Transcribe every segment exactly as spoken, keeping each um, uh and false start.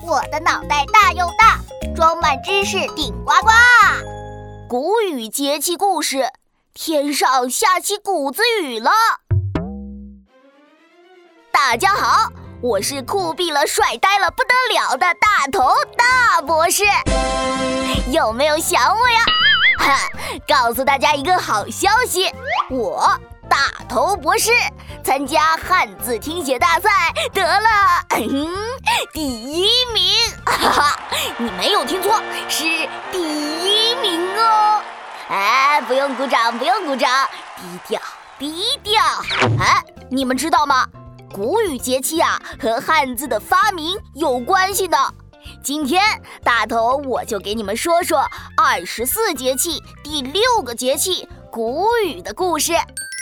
我的脑袋大又大，装满知识顶呱呱。谷雨节气故事，天上下起谷子雨了。大家好，我是酷毙了帅呆了不得了的大头大博士，有没有想我呀？哈，告诉大家一个好消息，我大头博士参加汉字听写大赛得了、嗯、第一名，哈哈，你没有听错，是第一名哦。哎，不用鼓掌，不用鼓掌，低调低调。哎，你们知道吗？谷雨节气啊，和汉字的发明有关系的。今天大头我就给你们说说二十四节气第六个节气谷雨的故事。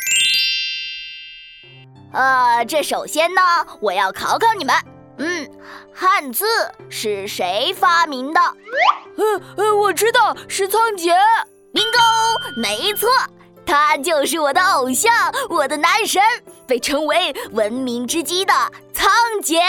呃，这首先呢，我要考考你们，嗯，汉字是谁发明的？ 呃呃，我知道，是仓颉。 bingo， 没错，他就是我的偶像，我的男神，被称为文明之基的仓颉。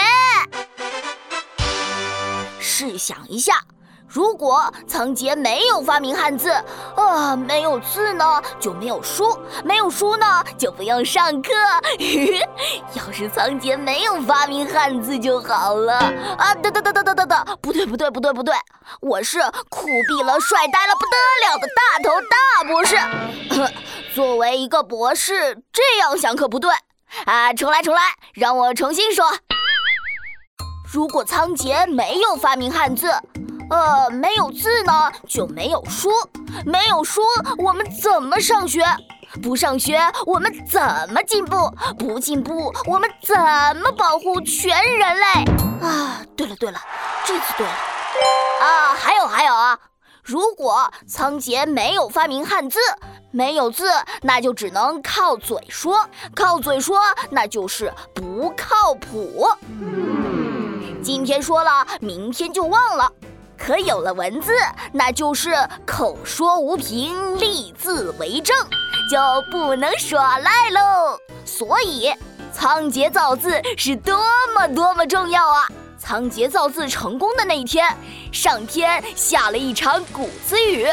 试想一下，如果仓颉没有发明汉字，啊，没有字呢就没有书，没有书呢就不用上课。要是仓颉没有发明汉字就好了啊！等等等等等等等，不对不对不对不对，我是酷毙了帅呆了不得了的大头大博士。作为一个博士，这样想可不对啊！重来重来，让我重新说。如果仓颉没有发明汉字，呃，没有字呢，就没有书，没有书，我们怎么上学？不上学，我们怎么进步？不进步，我们怎么保护全人类？啊，对了对了，这次对了。啊，还有还有啊，如果仓颉没有发明汉字，没有字，那就只能靠嘴说，靠嘴说，那就是不靠谱。今天说了，明天就忘了。可有了文字，那就是口说无凭，立字为证，就不能耍赖喽。所以仓颉造字是多么多么重要啊！仓颉造字成功的那一天，上天下了一场谷子雨。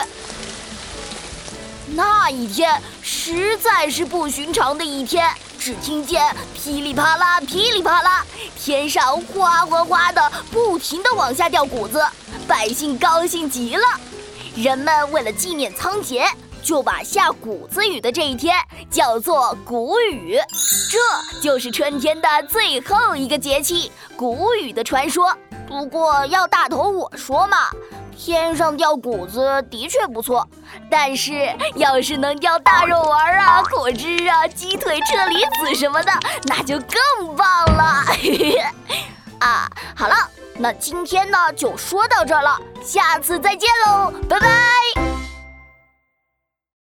那一天实在是不寻常的一天，只听见噼里啪啦噼里啪啦，天上哗哗哗的不停地往下掉谷子，百姓高兴极了。人们为了纪念仓颉，就把下谷子雨的这一天叫做谷雨，这就是春天的最后一个节气谷雨的传说。不过要大头我说嘛，天上掉谷子的确不错，但是要是能掉大肉丸啊、果汁啊、鸡腿、车厘子什么的，那就更棒了。啊，好了，那今天呢就说到这儿了，下次再见喽，拜拜。